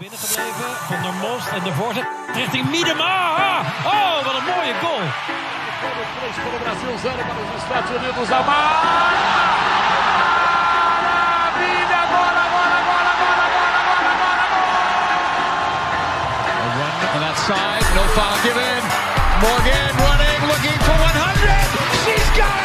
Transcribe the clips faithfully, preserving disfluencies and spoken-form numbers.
Binnengebleven van der Most en de voorzet richting Miedema. Oh, wat een mooie goal. três para o Brasil, zero para os Estados Unidos. A maravilha! Bola, bola, bola, bola, bola, bola, bola, bola! A run on that side, no foul given. Morgan running, looking for one hundred. She's got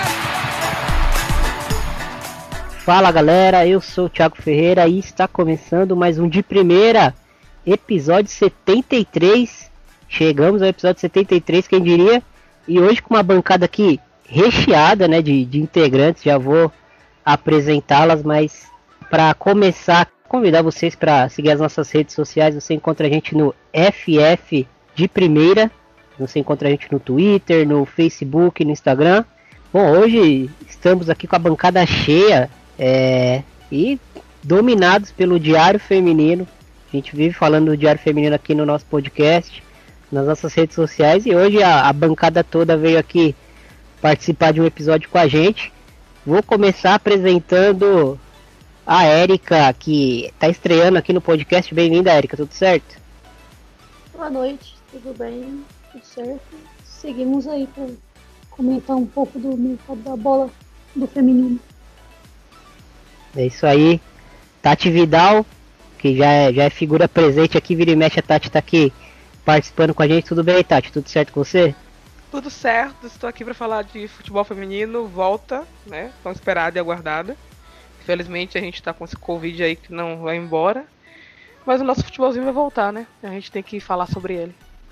it! Fala galera, eu sou o Thiago Ferreira e está começando mais um De Primeira, episódio setenta e três. Chegamos ao episódio setenta e três, quem diria? E hoje com uma bancada aqui recheada, né, de, de integrantes, já vou apresentá-las, mas para começar, convidar vocês para seguir as nossas redes sociais. Você encontra a gente no F F de Primeira, você encontra a gente no Twitter, no Facebook, no Instagram. Bom, hoje estamos aqui com a bancada cheia é, e dominados pelo Diário Feminino. A gente vive falando do Diário Feminino aqui no nosso podcast, nas nossas redes sociais, e hoje a, a bancada toda veio aqui participar de um episódio com a gente. Vou começar apresentando a Érica, que está estreando aqui no podcast. Bem-vinda, Érica, tudo certo? Boa noite, tudo bem, tudo certo. Seguimos aí para comentar um pouco do mercado da bola do feminino. É isso aí. Tati Vidal, que já é, já é figura presente aqui, vira e mexe, a Tati está aqui participando com a gente. Tudo bem, Tati? Tudo certo com você? Tudo certo, estou aqui para falar de futebol feminino, volta, né, tão esperada e aguardada. Infelizmente a gente está com esse Covid aí que não vai embora, mas o nosso futebolzinho vai voltar, né, a gente tem que falar sobre ele.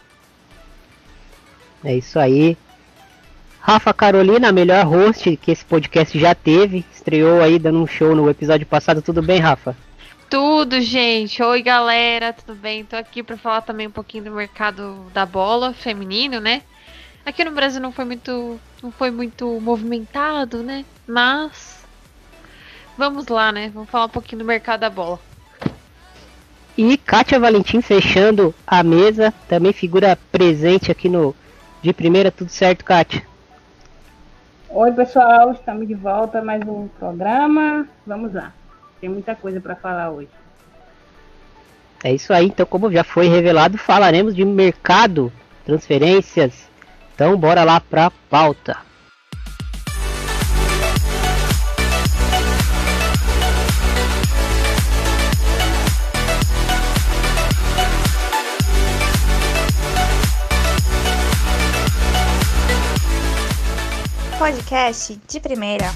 É isso aí. Rafa Carolina, a melhor host que esse podcast já teve, estreou aí dando um show no episódio passado. Tudo bem, Rafa? Tudo, gente. Oi, galera, tudo bem? Tô aqui pra falar também um pouquinho do mercado da bola feminino, né? Aqui no Brasil não foi muito, não foi muito movimentado, né? Mas vamos lá, né? Vamos falar um pouquinho do mercado da bola. E Kátia Valentim fechando a mesa, também figura presente aqui no De Primeira. Tudo certo, Kátia? Oi, pessoal, estamos de volta a mais um programa. Vamos lá. Tem muita coisa para falar hoje. É isso aí, então, como já foi revelado, falaremos de mercado, transferências. Então, bora lá para a pauta. Podcast de Primeira.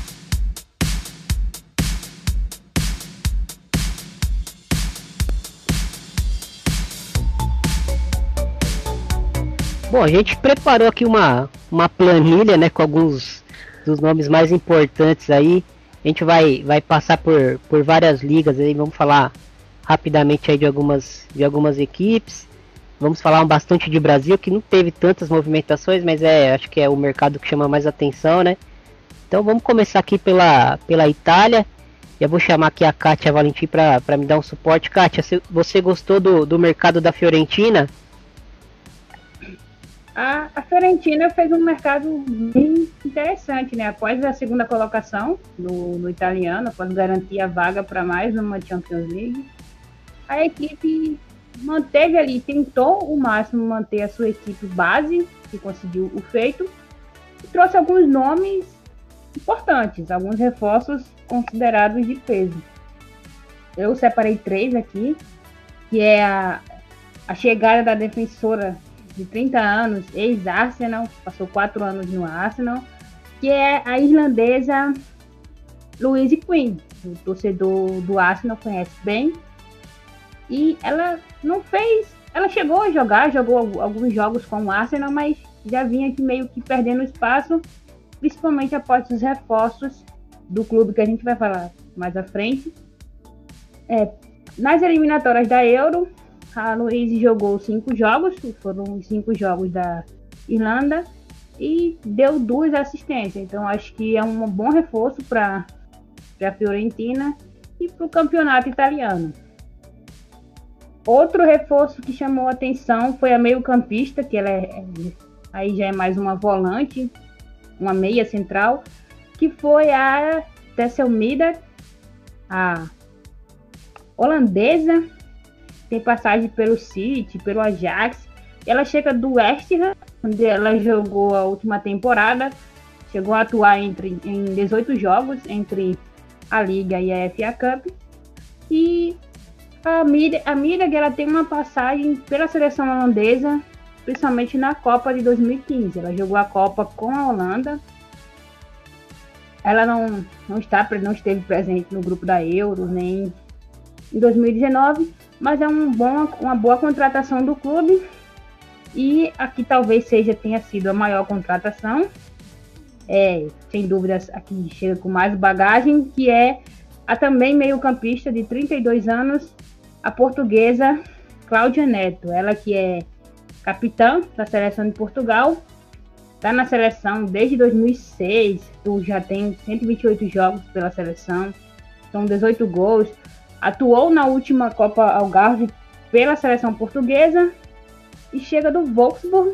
Bom, a gente preparou aqui uma, uma planilha, né, com alguns dos nomes mais importantes aí. A gente vai, vai passar por, por várias ligas aí, vamos falar rapidamente aí de algumas, de algumas equipes. Vamos falar bastante de Brasil, que não teve tantas movimentações, mas é, acho que é o mercado que chama mais atenção, né? Então vamos começar aqui pela, pela Itália. Eu vou chamar aqui a Kátia Valentim para me dar um suporte. Kátia, você gostou do, do mercado da Fiorentina? A, a Fiorentina fez um mercado bem interessante, né? Após a segunda colocação do, do italiano, após garantir a vaga para mais uma Champions League, a equipe manteve ali, tentou o máximo manter a sua equipe base, que conseguiu o feito, e trouxe alguns nomes importantes, alguns reforços considerados de peso. Eu separei três aqui, que é a, a chegada da defensora de trinta anos, ex-Arsenal, passou quatro anos no Arsenal, que é a irlandesa Louise Quinn. O torcedor do Arsenal conhece bem. E ela não fez... Ela chegou a jogar, jogou alguns jogos com o Arsenal, mas já vinha aqui meio que perdendo espaço, principalmente após os reforços do clube que a gente vai falar mais à frente. É, nas eliminatórias da Euro, a Louise jogou cinco jogos, foram os cinco jogos da Irlanda, e deu duas assistências. Então acho que é um bom reforço para a Fiorentina e para o campeonato italiano. Outro reforço que chamou a atenção foi a meio-campista, que ela é, aí já é mais uma volante, uma meia central, que foi a Tesselmida, a holandesa, tem passagem pelo City, pelo Ajax. Ela chega do West Ham, onde ela jogou a última temporada. Chegou a atuar entre, em dezoito jogos entre a Liga e a F A Cup. E a Mira, a Mira ela tem uma passagem pela seleção holandesa, principalmente na Copa de dois mil e quinze. Ela jogou a Copa com a Holanda. Ela não, não, está, não esteve presente no grupo da Euro, nem em dois mil e dezenove, mas é um bom, uma boa contratação do clube. E aqui talvez seja tenha sido a maior contratação. É, sem dúvidas, aqui chega com mais bagagem, que é a também meio-campista de trinta e dois anos, a portuguesa Cláudia Neto. Ela que é capitã da seleção de Portugal, está na seleção desde dois mil e seis, já tem cento e vinte e oito jogos pela seleção, são dezoito gols, atuou na última Copa Algarve pela seleção portuguesa e chega do Wolfsburg.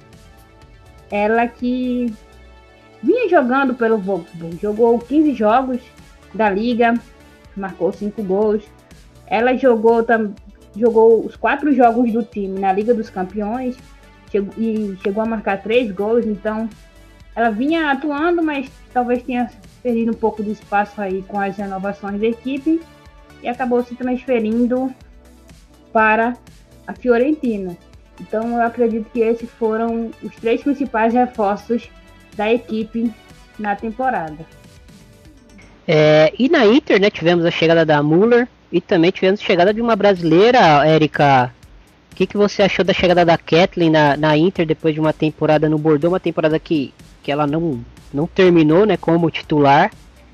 Ela que vinha jogando pelo Wolfsburg, jogou quinze jogos da Liga, marcou cinco gols. Ela jogou, tam, jogou os quatro jogos do time na Liga dos Campeões chegou, e chegou a marcar três gols. Então, ela vinha atuando, mas talvez tenha perdido um pouco de espaço aí com as renovações da equipe e acabou se transferindo para a Fiorentina. Então, eu acredito que esses foram os três principais reforços da equipe na temporada. É, e na Inter, né, tivemos a chegada da Müller e também tivemos a chegada de uma brasileira, Érica. O que, que você achou da chegada da Kathleen na, na Inter depois de uma temporada no Bordeaux, uma temporada que, que ela não, não terminou, né, como titular,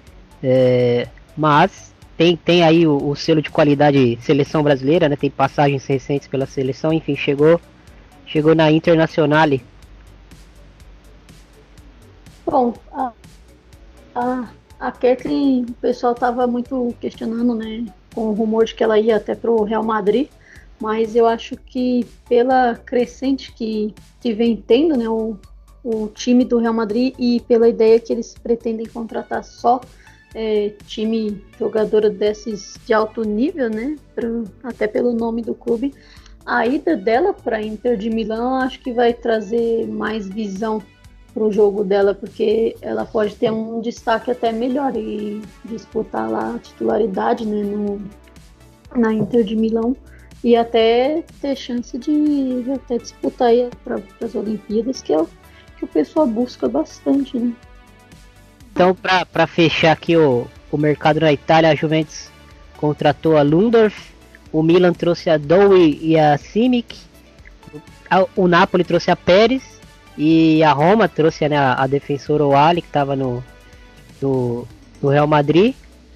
é, mas tem, tem aí o, o selo de qualidade seleção brasileira, né, tem passagens recentes pela seleção, enfim, chegou, chegou na Internazionale. Bom, a, a, a Kathleen, o pessoal estava muito questionando, né, com o rumor de que ela ia até para o Real Madrid, mas eu acho que pela crescente que, que vem tendo, né, o, o time do Real Madrid e pela ideia que eles pretendem contratar só é, time jogadora desses de alto nível, né, pra, até pelo nome do clube, a ida dela para a Inter de Milão acho que vai trazer mais visão para o jogo dela, porque ela pode ter um destaque até melhor e disputar lá a titularidade, né, no, na Inter de Milão e até ter chance de, de até disputar aí para as Olimpíadas, que é o que o pessoal busca bastante, né. Então, para fechar aqui o, o mercado na Itália, a Juventus contratou a Lundorf, o Milan trouxe a Dowie e a Simic, a, o Napoli trouxe a Pérez, e a Roma trouxe, né, a, a defensora Oali, que estava no, no, no Real Madrid.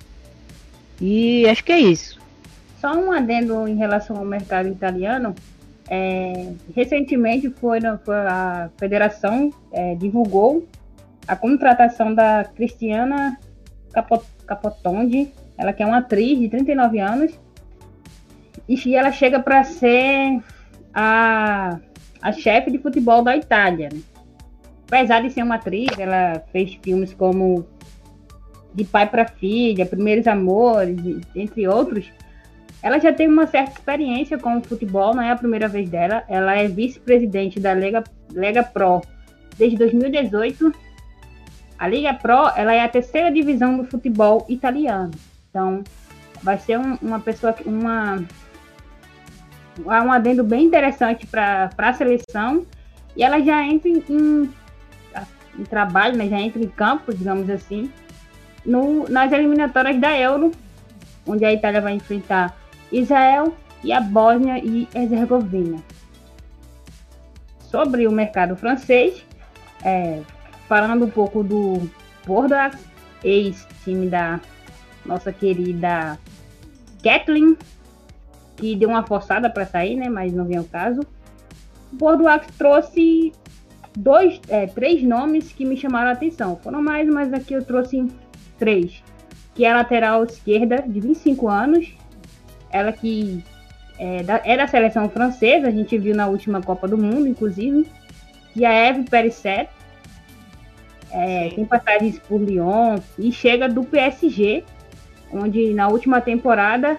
E acho que é isso. Só um adendo em relação ao mercado italiano. É, recentemente foi, foi a federação é, divulgou a contratação da Cristiana Capot, Capotondi. Ela que é uma atriz de trinta e nove anos. E ela chega para ser a... a chefe de futebol da Itália, né? Apesar de ser uma atriz, ela fez filmes como De Pai para Filha, Primeiros Amores, entre outros. Ela já tem uma certa experiência com o futebol, não é a primeira vez dela. Ela é vice-presidente da Lega, Lega Pro desde dois mil e dezoito. A Liga Pro ela é a terceira divisão do futebol italiano. Então, vai ser um, uma pessoa, uma... um adendo bem interessante para a seleção, e ela já entra em, em, em trabalho, né, já entra em campo, digamos assim, no, nas eliminatórias da Euro, onde a Itália vai enfrentar Israel e a Bósnia e Herzegovina. Sobre o mercado francês, é, falando um pouco do Bordeaux, ex-time da nossa querida Kathleen, que deu uma forçada para sair, né, mas não vem ao caso. O Bordeaux trouxe dois, é, três nomes que me chamaram a atenção. Foram mais, mas aqui eu trouxe três. Que é a lateral esquerda, de vinte e cinco anos. Ela que é da, é da seleção francesa, a gente viu na última Copa do Mundo, inclusive. Que é a Eve Perisset. É, tem passagens por Lyon e chega do P S G, onde na última temporada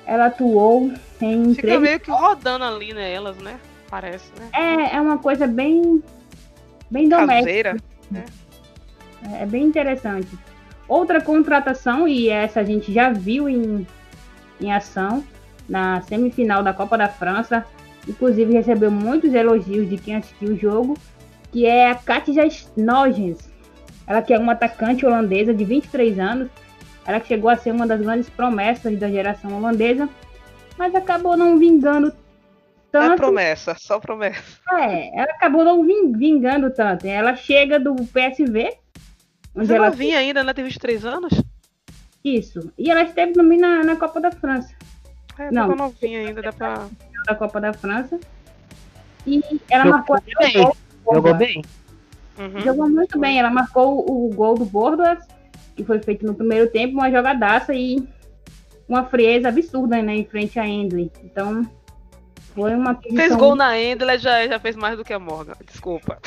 ela atuou em Fica três... meio que rodando ali, né? Elas, né? Parece, né? É, é uma coisa bem, bem doméstica. Caseira. É bem interessante. Outra contratação, e essa a gente já viu em, em ação, na semifinal da Copa da França, inclusive recebeu muitos elogios de quem assistiu o jogo, que é a Katja Noggens. Ela que é uma atacante holandesa de vinte e três anos, ela que chegou a ser uma das grandes promessas da geração holandesa, mas acabou não vingando tanto. É promessa, só promessa. É, ela acabou não vingando tanto. Ela chega do P S V, Mas ela vinha ainda, né? Tem vinte e três anos? Isso. E ela esteve também na, na Copa da França. É, não, novinha ainda, dá pra... Da Copa da França. E ela Jogou marcou... bem. Gol, Jogou bem. Uhum. Jogou muito bem. Ela marcou o, o gol do Bordeaux, que foi feito no primeiro tempo, uma jogadaça e uma frieza absurda, né? Em frente a Endley. Então, foi uma... Fez gol na Endley, já, já fez mais do que a Morgan. Desculpa.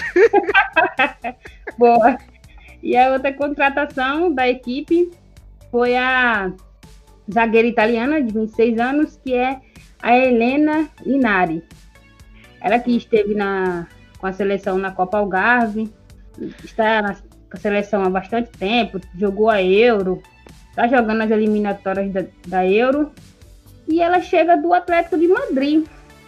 Boa. E a outra contratação da equipe foi a zagueira italiana de vinte e seis anos, que é a Helena Linari. Ela que esteve na, com a seleção na Copa Algarve, está na com a seleção há bastante tempo, jogou a Euro, está jogando as eliminatórias da, da Euro, e ela chega do Atlético de Madrid.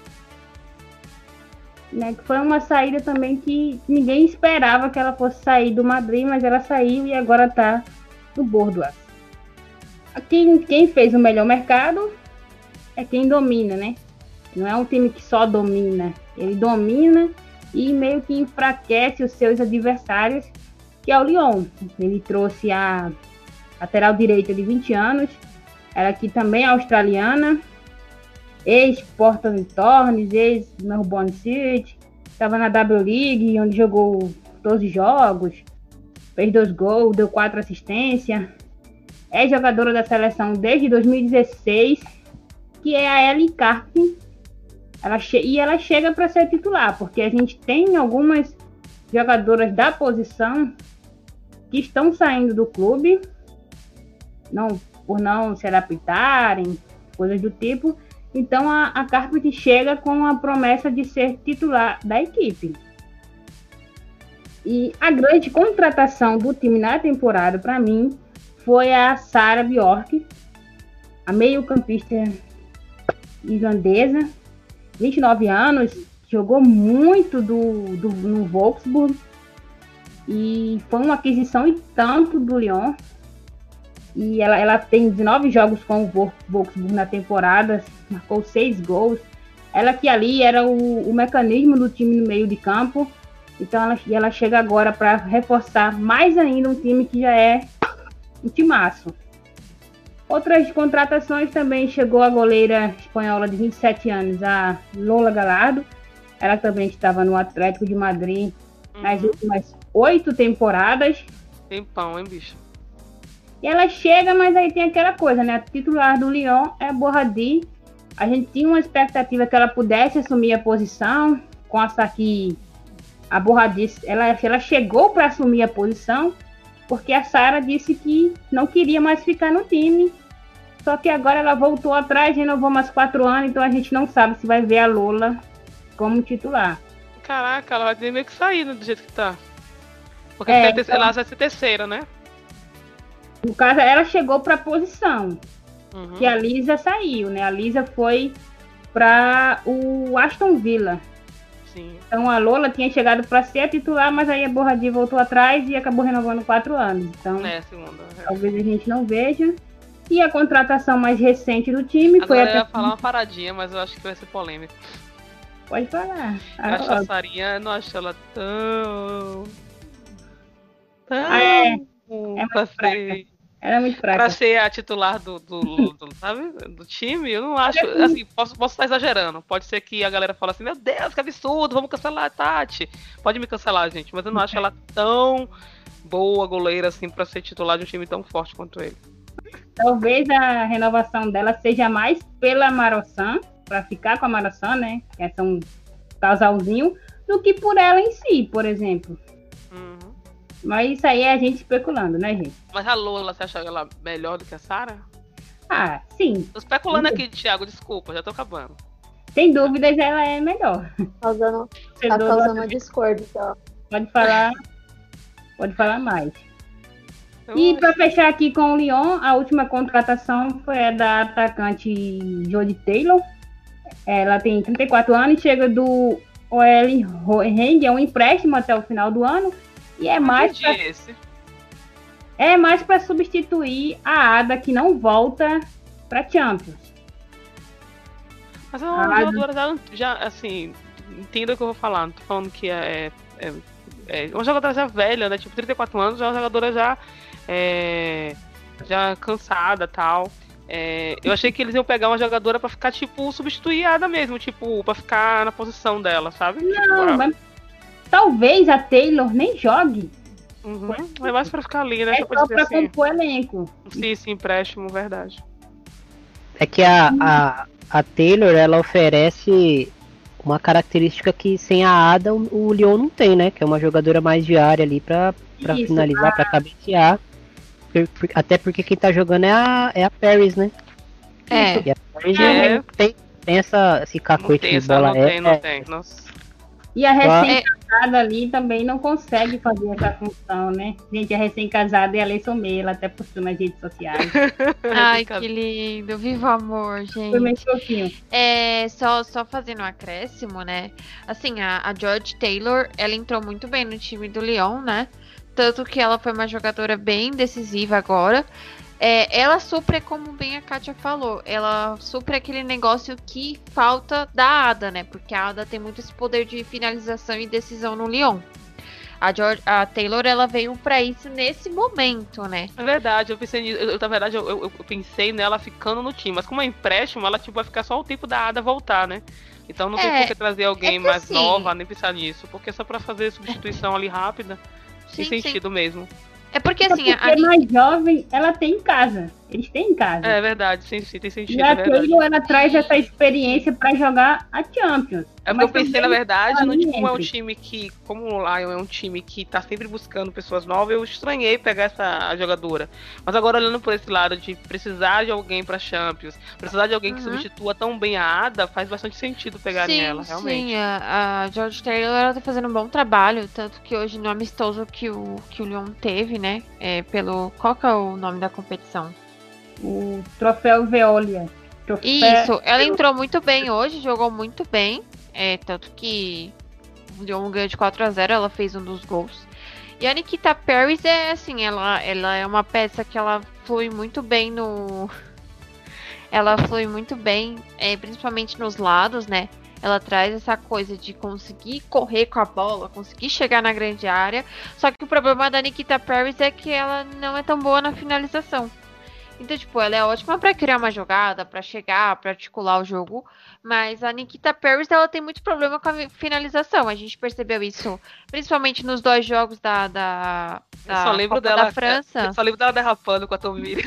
Né, que foi uma saída também que ninguém esperava que ela fosse sair do Madrid, mas ela saiu e agora está no Bordeaux. Quem, quem fez o melhor mercado é quem domina, né? Não é um time que só domina, ele domina e meio que enfraquece os seus adversários, que é o Lyon. Ele trouxe a lateral direita de vinte anos, ela que também é australiana, ex-Portland Thorns, ex-Melbourne City, estava na W League, onde jogou doze jogos, fez dois gols, deu quatro assistências, é jogadora da seleção desde dois mil e dezesseis, que é a Ellie Carpin, ela e ela chega para ser titular, porque a gente tem algumas jogadoras da posição que estão saindo do clube, não, por não se adaptarem, coisas do tipo. Então a, a Carpet chega com a promessa de ser titular da equipe. E a grande contratação do time na temporada, para mim, foi a Sarah Bjork, a meio-campista islandesa, vinte e nove anos, jogou muito do, do, no Wolfsburg, e foi uma aquisição e tanto do Lyon. E ela, ela tem dezenove jogos com o Wolfsburg na temporada, marcou seis gols. Ela que ali era o, o mecanismo do time no meio de campo. Então ela, ela chega agora para reforçar mais ainda um time que já é um timaço. Outras contratações também chegou a goleira espanhola de vinte e sete anos, a Lola Gallardo. Ela também estava no Atlético de Madrid uhum. nas últimas oito temporadas. Tempão, hein, bicho? E ela chega, mas aí tem aquela coisa, né? A titular do Lyon é a Borradi. A gente tinha uma expectativa que ela pudesse assumir a posição, com essa que a Borradi, ela, ela chegou para assumir a posição, porque a Sara disse que não queria mais ficar no time. Só que agora ela voltou atrás, renovou mais quatro anos, então a gente não sabe se vai ver a Lola como titular. Caraca, ela vai ter meio que sair do jeito que tá. Porque é, ela então... vai ser terceira, né? No caso, ela chegou para a posição, uhum. que a Lisa saiu, né? A Lisa foi para o Aston Villa. Sim. Então a Lola tinha chegado para ser a titular, mas aí a Borradi voltou atrás e acabou renovando quatro anos. Então, é, segunda, é. talvez a gente não veja. E a contratação mais recente do time Agora foi eu a... ia a... falar uma paradinha, mas eu acho que vai ser polêmico. Pode falar. Eu ah, acho a Sarinha, eu não acho ela tão... tão... Ah, é. É pra ser... Ela é muito fraca. Pra ser a titular do, do, do, sabe, do time, eu não acho... Assim, posso, posso estar exagerando. Pode ser que a galera fale assim, meu Deus, que absurdo, vamos cancelar a Tati. Pode me cancelar, gente, mas eu não acho ela tão boa goleira, assim, pra ser titular de um time tão forte quanto ele. Talvez a renovação dela seja mais pela Marossan, pra ficar com a Marossan, né? Que é um casalzinho, do que por ela em si, por exemplo. Uhum. Mas isso aí é a gente especulando, né, gente? Mas a Lola, você acha ela melhor do que a Sara? Ah, sim. Tô especulando aqui, Thiago, desculpa, já tô acabando. Sem dúvidas, ela é melhor. Causando, tá Torcedor do causando Atlético, discórdia, tá? pode falar, pode falar mais. Eu E acho- para fechar aqui com o Lyon, a última contratação foi a da atacante Jodie Taylor. Ela tem trinta e quatro anos, chega do O L Reing, é um empréstimo até o final do ano. E é mais Que dia pra, é esse? é mais para substituir a Ada, que não volta para Champions. Mas é uma Ah, jogadora já, já, assim, entenda o que eu vou falar. Não tô falando que é, é, é uma jogadora já velha, né? Tipo, trinta e quatro anos, já é uma jogadora já, é, já cansada e tal. É, eu achei que eles iam pegar uma jogadora pra ficar, tipo, substituir a Ada mesmo, tipo, pra ficar na posição dela, sabe? Não, tipo, mas talvez a Taylor nem jogue. uhum, é mais pra ficar ali, né? É Só pra só dizer para assim, compor elenco. sim, sim, empréstimo, verdade. É que a, a, a Taylor, ela oferece uma característica que sem a Ada o, o Lyon não tem, né? Que é uma jogadora mais de área ali pra, pra Isso, finalizar, pra cabecear. Por- por- até porque quem tá jogando é a, é a Paris, né? É. E a Paris É. não tem, tem essa, esse Não cacoete tem, de essa, bola não tem, não é, tem. Nossa. E a Só- recém-casada ali também não consegue fazer essa função, né? Gente, a recém-casada é a Lei Sommeil, ela até postou nas redes sociais. Ai, que lindo. Viva o amor, Foi gente. meio pouquinho. É, só, só fazendo um acréscimo, né? Assim, a, a George Taylor, ela entrou muito bem no time do Lyon, né? Tanto que ela foi uma jogadora bem decisiva agora. É, ela supre, como bem a Kátia falou, ela supre aquele negócio que falta da Ada, né? Porque a Ada tem muito esse poder de finalização e decisão no Lyon. A, George, a Taylor, ela veio pra isso nesse momento, né? É verdade, eu pensei nisso. Eu, eu, na verdade, eu, eu, eu pensei nela ficando no time. Mas como é empréstimo, ela tipo, vai ficar só o tempo da Ada voltar, né? Então não tem É, por que trazer alguém é que mais assim- nova, nem pensar nisso. Porque é só pra fazer substituição ali rápida. Tem Sim, sim. sentido mesmo. É porque Só assim, a, porque é mais jovem, ela tem em casa. Eles têm em casa. É verdade, sim, sim, tem sentido, E é a verdade. Taylor, ela traz essa experiência pra jogar a Champions. É porque Mas eu pensei, na também verdade, no, ela tipo, é um entre. time que, como o Lion é um time que tá sempre buscando pessoas novas, eu estranhei pegar essa a jogadora. Mas agora, olhando por esse lado de precisar de alguém pra Champions, precisar de alguém que Uhum. substitua tão bem a Ada, faz bastante sentido pegarem sim, ela, realmente. Sim, a, a George Taylor ela tá fazendo um bom trabalho, tanto que hoje no amistoso que o, que o Lyon teve, né? É, pelo. Qual que é o nome da competição? O troféu Veolia. Troféu... Isso, ela entrou muito bem hoje, jogou muito bem. É, tanto que o Lyon ganhou de quatro a zero, ela fez um dos gols. E a Nikita Paris é assim, ela, ela é uma peça que ela flui muito bem no. Ela flui muito bem, é, principalmente nos lados, né? Ela traz essa coisa de conseguir correr com a bola, conseguir chegar na grande área. Só que o problema da Nikita Paris é que ela não é tão boa na finalização. Então, tipo, ela é ótima pra criar uma jogada, pra chegar, pra articular o jogo. Mas a Nikita Paris, ela tem muito problema com a finalização. A gente percebeu isso, principalmente nos dois jogos da, da, Eu da só lembro Copa dela. da França. Eu só lembro dela derrapando com a Tomiri.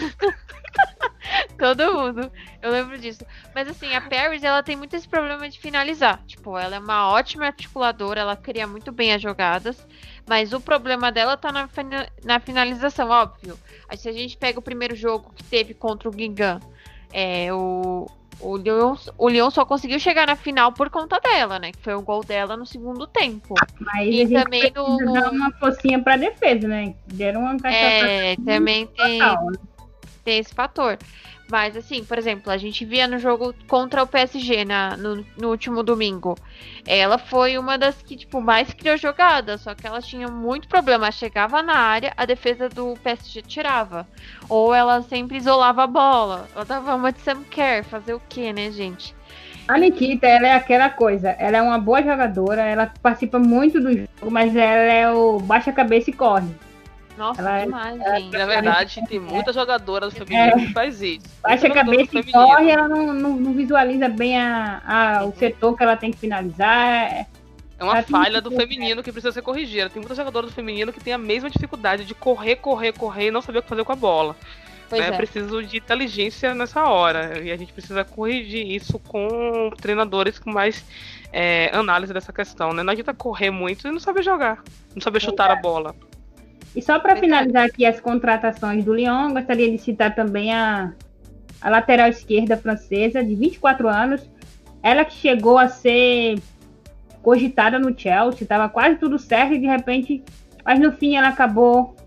Todo mundo. Eu lembro disso. Mas assim, a Paris, ela tem muito esse problema de finalizar. Tipo, ela é uma ótima articuladora, ela cria muito bem as jogadas. Mas o problema dela tá na, fina- na finalização, óbvio. Aí se a gente pega o primeiro jogo que teve contra o Guingamp, é, o, o, Lyon, o Lyon só conseguiu chegar na final por conta dela, né? Que foi o gol dela no segundo tempo. Mas E a gente também no- precisa dar uma forcinha pra defesa, né? Deram uma cachaça É, também tem, total, né? tem esse fator. Mas assim, por exemplo, a gente via no jogo contra o P S G na, no, no último domingo. Ela foi uma das que, tipo, mais criou jogada. Só que ela tinha muito problema. Ela chegava na área, a defesa do P S G tirava. Ou ela sempre isolava a bola. Ela dava uma de Sam Kerr. Fazer o quê, né, gente? A Nikita, ela é aquela coisa. Ela é uma boa jogadora, ela participa muito do jogo, mas ela é o baixa a cabeça e corre. Nossa, Ela- demais, ela- gente. Na verdade, tem muita jogadora do feminino que faz isso. Baixa a Muita jogadora cabeça do e feminino. corre, ela não, não, não visualiza bem a, a- o setor que ela tem que finalizar. É uma Ela tem falha que do ser, feminino que precisa ser corrigida. Tem muitas jogadoras do feminino que tem a mesma dificuldade de correr, correr, correr e não saber o que fazer com a bola. Pois É é. preciso de inteligência nessa hora. E a gente precisa corrigir isso com treinadores com mais é, análise dessa questão, né? Não adianta correr muito e não saber jogar. Não saber chutar a bola. E só para Verdade. finalizar aqui as contratações do Lyon, gostaria de citar também a, a lateral esquerda francesa, de vinte e quatro anos. Ela que chegou a ser cogitada no Chelsea, estava quase tudo certo e de repente, mas no fim ela acabou,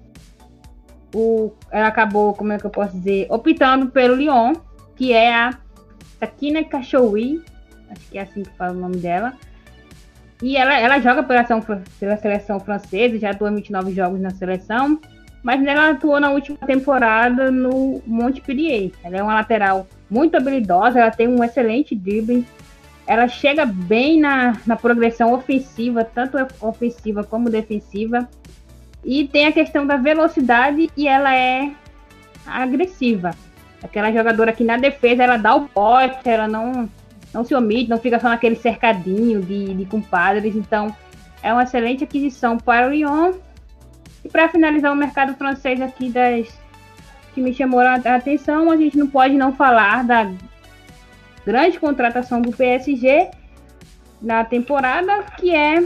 o, ela acabou, como é que eu posso dizer, optando pelo Lyon, que é a Sakina Kachoui, acho que é assim que fala o nome dela. E ela, ela joga pela seleção, pela seleção francesa, já atuou em vinte e nove jogos na seleção, mas ela atuou na última temporada no Montpellier. Ela é uma lateral muito habilidosa, ela tem um excelente drible, ela chega bem na, na progressão ofensiva, tanto ofensiva como defensiva, e tem a questão da velocidade e ela é agressiva. Aquela jogadora que na defesa ela dá o bote, ela não, não se omite, não fica só naquele cercadinho de, de compadres, então é uma excelente aquisição para o Lyon. E para finalizar o mercado francês aqui das que me chamou a atenção, a gente não pode não falar da grande contratação do P S G na temporada, que é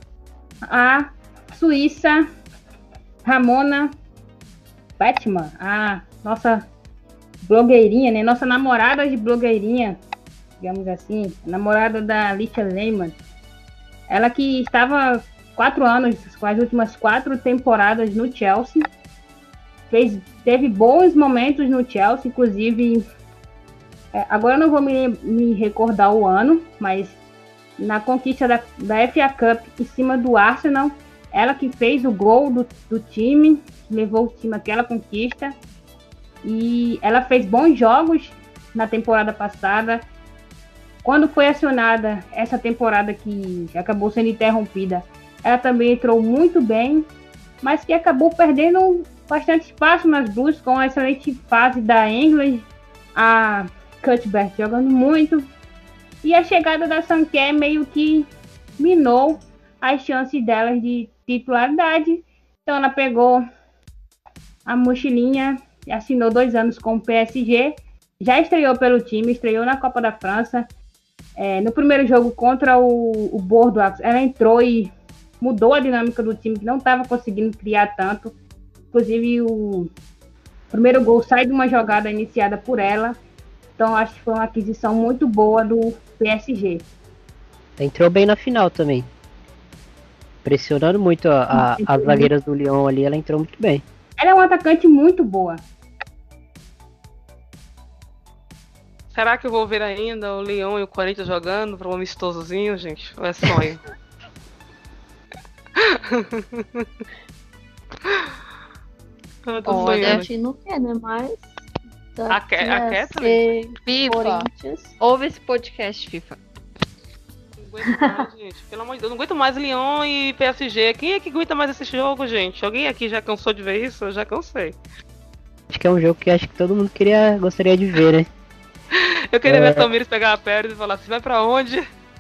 a suíça Ramona Batman, a nossa blogueirinha, né? Nossa namorada de blogueirinha, digamos assim, namorada da Alicia Lehmann. Ela que estava quatro anos, com as últimas quatro temporadas no Chelsea, fez, teve bons momentos no Chelsea, inclusive, é, agora eu não vou me, me recordar o ano, mas na conquista da, da F A Cup em cima do Arsenal, ela que fez o gol do, do time, levou o time àquela conquista, e ela fez bons jogos na temporada passada. Quando foi acionada essa temporada que acabou sendo interrompida, ela também entrou muito bem, mas que acabou perdendo bastante espaço nas duas, com a excelente fase da England, a Cuthbert jogando muito, e a chegada da Sanquer meio que minou as chances delas de titularidade. Então ela pegou a mochilinha e assinou dois anos com o P S G, já estreou pelo time, estreou na Copa da França. É, no primeiro jogo contra o, o Bordeaux, ela entrou e mudou a dinâmica do time, que não estava conseguindo criar tanto. Inclusive, o primeiro gol sai de uma jogada iniciada por ela. Então, acho que foi uma aquisição muito boa do P S G. Entrou bem na final também. Pressionando muito a, a, as zagueiras do Lyon ali, ela entrou muito bem. Ela é uma atacante muito boa. Será que eu vou ver ainda o Lyon e o Corinthians jogando para um amistosozinho, gente? Ou é sonho? Eu tô Olha, a sonhando. gente não quer, né? Mas. A Ke- a ia Kathleen? ser FIFA, Corinthians. ouve esse podcast, FIFA. Não aguento mais, gente. Pelo amor de Deus, não aguento mais Lyon e P S G. Quem é que aguenta mais esse jogo, gente? Alguém aqui já cansou de ver isso? Eu já cansei. Acho que é um jogo que acho que todo mundo queria, gostaria de ver, né? Eu queria É. ver a Tamires pegar a Pérez e falar assim, vai pra onde?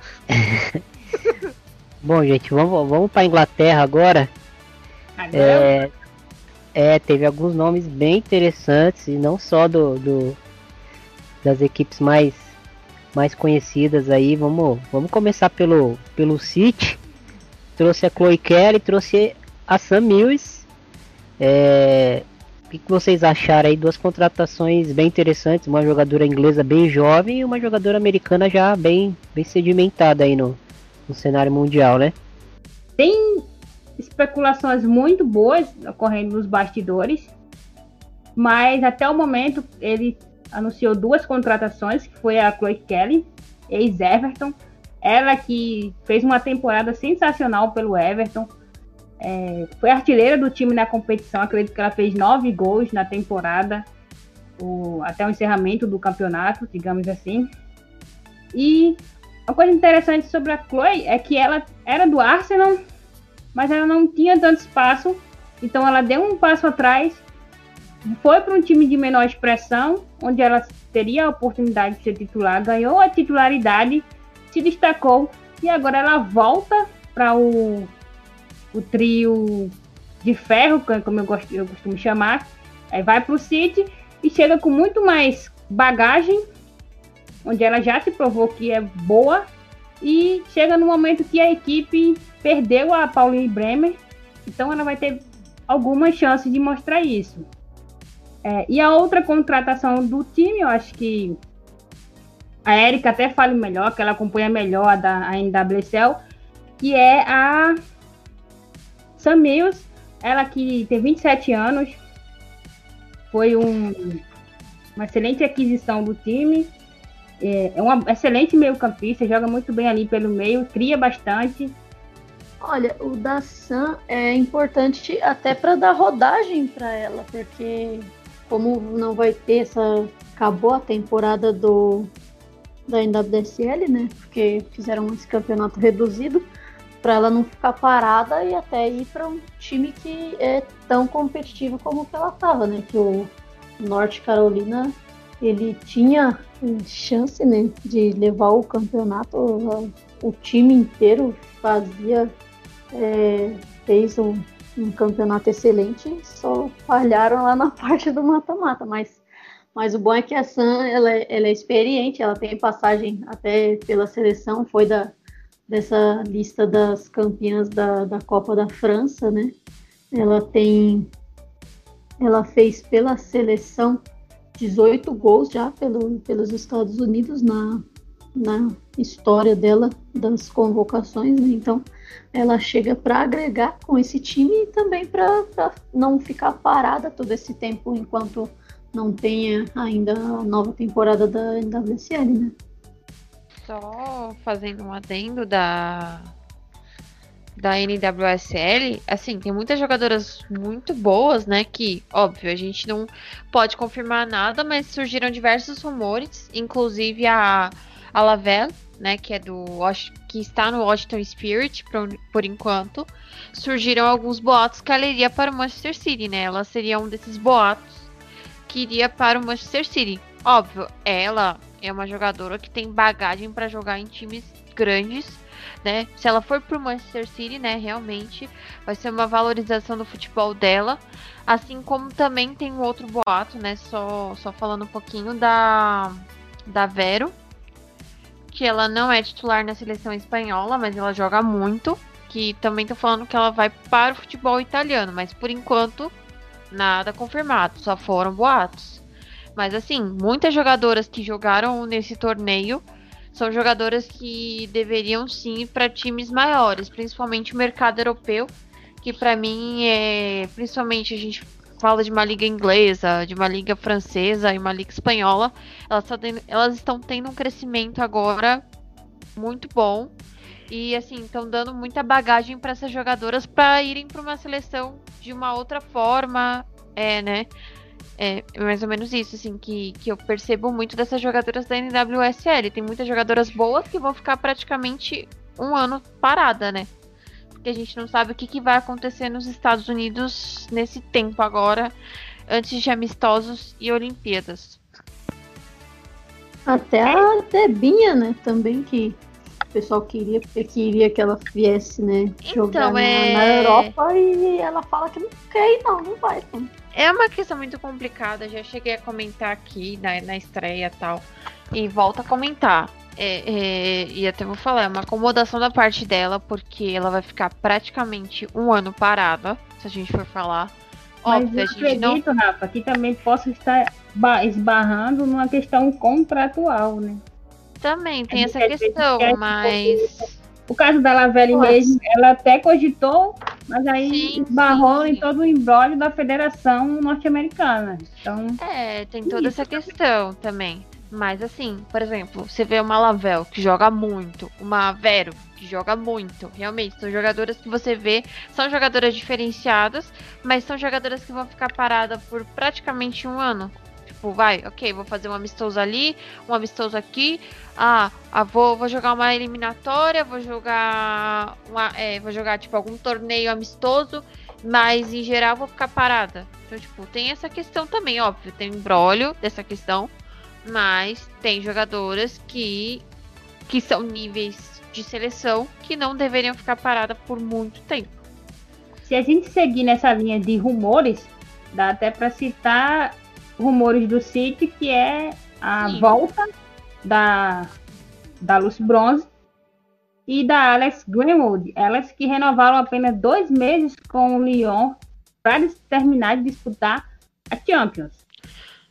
Bom, gente, vamos, vamos para Inglaterra agora. Agora É, é, teve alguns nomes bem interessantes, e não só do, do- das equipes mais, mais conhecidas aí. Vamos, vamos começar pelo, pelo City. Trouxe a Chloe Kelly, trouxe a Sam Mills. É, o que, que vocês acharam aí? Duas contratações bem interessantes, uma jogadora inglesa bem jovem e uma jogadora americana já bem, bem sedimentada aí no, no cenário mundial, né? tem especulações muito boas ocorrendo nos bastidores, mas até o momento ele anunciou duas contratações, que foi a Chloe Kelly, ex-Everton, ela que fez uma temporada sensacional pelo Everton, é, foi artilheira do time na competição, acredito que ela fez nove gols na temporada, o, até o encerramento do campeonato, digamos assim. E uma coisa interessante sobre a Chloe é que ela era do Arsenal, mas ela não tinha tanto espaço, então ela deu um passo atrás, foi para um time de menor expressão, onde ela teria a oportunidade de ser titular, ganhou a titularidade, se destacou, e agora ela volta para o, o trio de ferro, como eu, gosto, eu costumo chamar, aí vai para o City e chega com muito mais bagagem, onde ela já se provou que é boa, e chega no momento que a equipe perdeu a Pauline Bremer, então ela vai ter algumas chances de mostrar isso. É, e a outra contratação do time, eu acho que a Erika até fala melhor, que ela acompanha melhor a da a N W S L, que é a Sam Mills, ela que tem vinte e sete anos, foi um, uma excelente aquisição do time, é, é uma excelente meio-campista, joga muito bem ali pelo meio, cria bastante. Olha, o da Sam é importante até para dar rodagem para ela, porque como não vai ter essa... Acabou a temporada do da N W S L, né? Porque fizeram esse campeonato reduzido, para ela não ficar parada e até ir para um time que é tão competitivo como o que ela estava, né? Que o North Carolina, ele tinha chance, né, de levar o campeonato, o, o time inteiro fazia, é, fez um, um campeonato excelente, só falharam lá na parte do mata-mata, mas, mas o bom é que a Sam, ela, é- ela é experiente, ela tem passagem até pela seleção, foi da, dessa lista das campeãs da, da Copa da França, né? Ela tem, ela fez pela seleção dezoito gols já pelo, pelos Estados Unidos na, na história dela, das convocações, né? Então ela chega para agregar com esse time e também para não ficar parada todo esse tempo enquanto não tenha ainda a nova temporada da N W S L, né? Só fazendo um adendo da, da N W S L, assim, tem muitas jogadoras muito boas, né? Que, óbvio, a gente não pode confirmar nada, mas surgiram diversos rumores, inclusive a, a Lavelle, né? Que é do Wash- que está no Washington Spirit por, por enquanto. Surgiram alguns boatos que ela iria para o Manchester City, né? Ela seria um desses boatos que iria para o Manchester City. Óbvio, ela é uma jogadora que tem bagagem para jogar em times grandes, né? Se ela for pro Manchester City, né, realmente vai ser uma valorização do futebol dela, assim como também tem um outro boato, né, só, só falando um pouquinho da, da Vero, que ela não é titular na seleção espanhola, mas ela joga muito, que também tô falando que ela vai para o futebol italiano, mas por enquanto nada confirmado, só foram boatos. Mas assim, muitas jogadoras que jogaram nesse torneio são jogadoras que deveriam sim ir para times maiores, principalmente o mercado europeu, que para mim é, principalmente a gente fala de uma liga inglesa, de uma liga francesa e uma liga espanhola, elas, tão tendo- elas estão tendo um crescimento agora muito bom e assim estão dando muita bagagem para essas jogadoras para irem para uma seleção de uma outra forma, é, né? É mais ou menos isso, assim, que, que eu percebo muito dessas jogadoras da N W S L. Tem muitas jogadoras boas que vão ficar praticamente um ano parada, né? Porque a gente não sabe o que, que vai acontecer nos Estados Unidos nesse tempo agora, antes de amistosos e Olimpíadas. Até a Debinha, né, também, que o pessoal queria, porque queria que ela viesse, né, jogar na, é- na Europa, e ela fala que não quer ir, não, não vai. Não. É uma questão muito complicada, já cheguei a comentar aqui na, na estreia e tal, e volto a comentar. É, é, e até vou falar, é uma acomodação da parte dela, porque ela vai ficar praticamente um ano parada, se a gente for falar. Mas Óbvio, eu a gente não. acredito, Rafa, que também possa estar ba- esbarrando numa questão contratual, né? Também tem A essa gente às vezes questão, esquece um mas. O caso da Lavelle Nossa. mesmo, ela até cogitou, mas aí Sim, esbarrou sim. em todo o embrólio da Federação Norte-Americana. Então, É, tem toda essa questão também. Mas assim, por exemplo, você vê uma Lavelle que joga muito, uma Vero que joga muito. Realmente, são jogadoras que você vê, são jogadoras diferenciadas, mas são jogadoras que vão ficar paradas por praticamente um ano. Tipo, vai, ok, vou fazer um amistoso ali, um amistoso aqui. Ah, ah, vou, vou jogar uma eliminatória, vou jogar uma, é, vou jogar tipo algum torneio amistoso, mas em geral vou ficar parada. Então, tipo, tem essa questão também, óbvio, tem um embrólio dessa questão, mas tem jogadoras que que são níveis de seleção que não deveriam ficar paradas por muito tempo. se a gente seguir nessa linha de rumores, dá até para citar rumores do City, que é a Sim. volta da, da Lucy Bronze e da Alex Greenwood. Elas que renovaram apenas dois meses com o Lyon para terminar de disputar a Champions.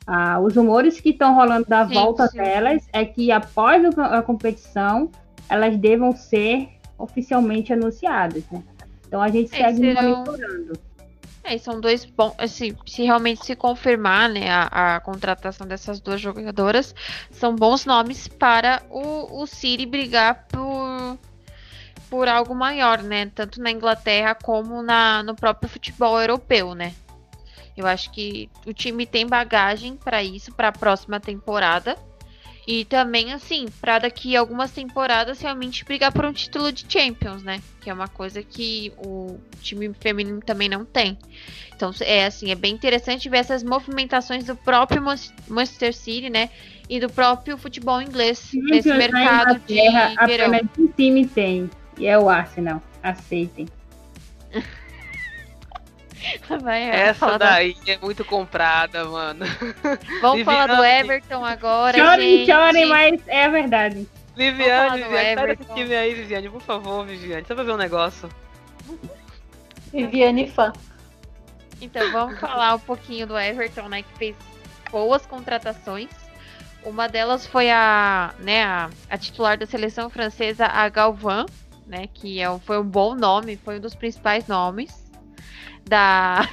Ah, os rumores que estão rolando da Sim, volta sim. delas é que após a competição elas devam ser oficialmente anunciadas, né? Então a gente É, segue serão- monitorando. É, são dois bons. Assim, se realmente se confirmar, né, a, a contratação dessas duas jogadoras, são bons nomes para o, o City brigar por, por algo maior, né? Tanto na Inglaterra como na, no próprio futebol europeu, né? Eu acho que o time tem bagagem para isso, para a próxima temporada. E também, assim, para daqui a algumas temporadas realmente brigar por um título de Champions, né? Que é uma coisa que o time feminino também não tem. Então, é assim, é bem interessante ver essas movimentações do próprio Manchester City, né? E do próprio futebol inglês nesse Champions na mercado de Inglaterra, verão. apenas um time tem, e é o Arsenal. Aceitem. Vai, vai Essa falar da- daí é muito comprada, mano. Vamos falar do Viviane. Everton agora, Chorem, gente. chorem, mas é a verdade. Viviane, falar do Viviane, sai desse Everton. time aí, Viviane, por favor, Viviane. Só pra ver um negócio. Viviane fã. Então, vamos falar um pouquinho do Everton, né? Que fez boas contratações. Uma delas foi a, né, a, a titular da seleção francesa, a Galvin, né? Que é, um- foi um bom nome, foi um dos principais nomes da,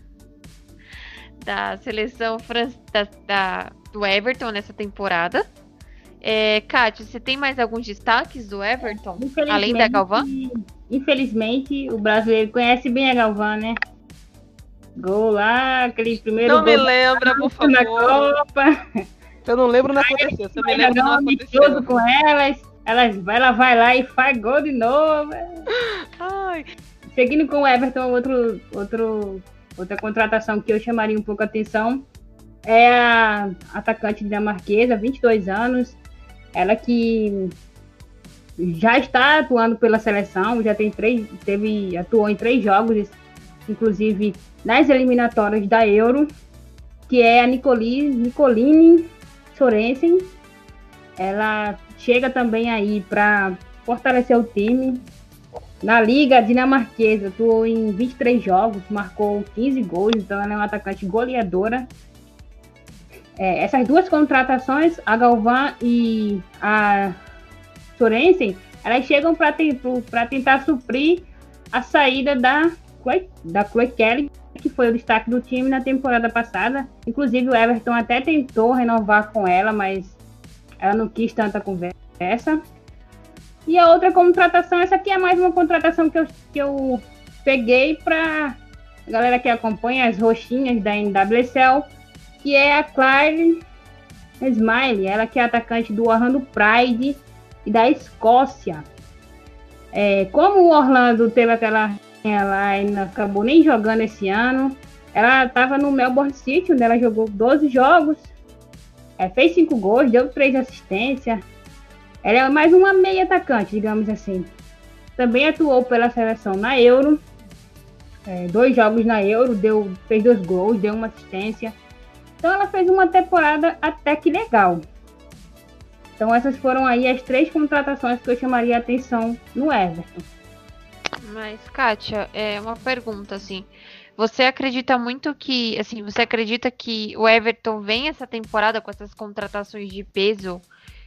da seleção fran- da, da- do Everton nessa temporada. É, Kátia, você tem mais alguns destaques do Everton? Além da Galvin? Infelizmente, o brasileiro conhece bem a Galvin, né? Gol lá, aquele primeiro Não me gol lembra, por na favor. Copa. Eu não lembro, não aconteceu. Se eu me Vai lembro, jogar não um amistoso aconteceu. com elas, elas, ela vai lá e faz gol de novo. Ai, Seguindo com o Everton, outro, outro, outra contratação que eu chamaria um pouco a atenção é a atacante dinamarquesa, vinte e dois anos. Ela que já está atuando pela seleção, já tem três, teve, atuou em três jogos, inclusive nas eliminatórias da Euro, que é a Nicoli, Nicoline Sorensen. Ela chega também aí para fortalecer o time. Na Liga Dinamarquesa, atuou em vinte e três jogos, marcou quinze gols, então ela é uma atacante goleadora. É, essas duas contratações, a Galvin e a Sorensen, elas chegam para tentar suprir a saída da Chloe, da Chloe Kelly, que foi o destaque do time na temporada passada. Inclusive o Everton até tentou renovar com ela, mas ela não quis tanta conversa. E a outra contratação, essa aqui é mais uma contratação que eu, que eu peguei para a galera que acompanha as roxinhas da N W S L, que é a Claire Smiley, ela que é atacante do Orlando Pride e da Escócia. É, como o Orlando teve aquela lá e não acabou nem jogando esse ano, ela estava no Melbourne City, onde ela jogou doze jogos, é, fez cinco gols, deu três assistências. Ela é mais uma meia atacante, digamos assim. Também atuou pela seleção na Euro, é, dois jogos na Euro, deu, fez dois gols, deu uma assistência. Então ela fez uma temporada até que legal. Então essas foram aí as três contratações que eu chamaria a atenção no Everton. Mas, Kátia, é uma pergunta, assim. Você acredita muito que, assim, você acredita que o Everton vem essa temporada com essas contratações de peso?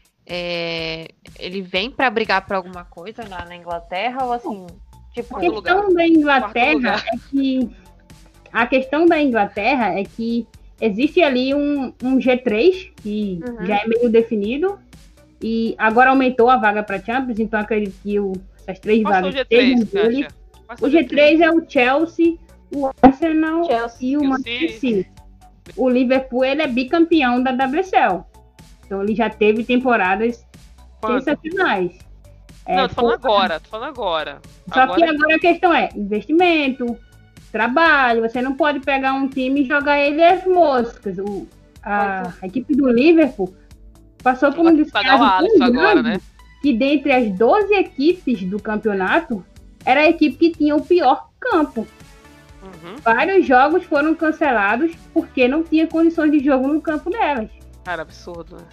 É, ele vem para brigar por alguma coisa na, na Inglaterra ou assim, tipo, A questão da Inglaterra é que a questão da Inglaterra é que existe ali um, um G três que Uhum. já é meio definido e agora aumentou a vaga para Champions, então acredito que o, essas três Qual é o vagas G três, sejam dele. Kátia? Qual é O G três é o Chelsea, o Arsenal Chelsea. e o E o Manchester City. City. O Liverpool ele é bicampeão da W S L. Então ele já teve temporadas Quando? sensacionais. É, Não, tô falando por- agora, tô falando agora. Só que agora a questão é investimento, trabalho. Você não pode pegar um time e jogar ele às moscas. O, a, a equipe do Liverpool passou por um Vai pagar o descaso Alisson tão agora, grande né? que dentre as doze equipes do campeonato, era a equipe que tinha o pior campo. Uhum. Vários jogos foram cancelados porque não tinha condições de jogo no campo delas. Cara, absurdo, né?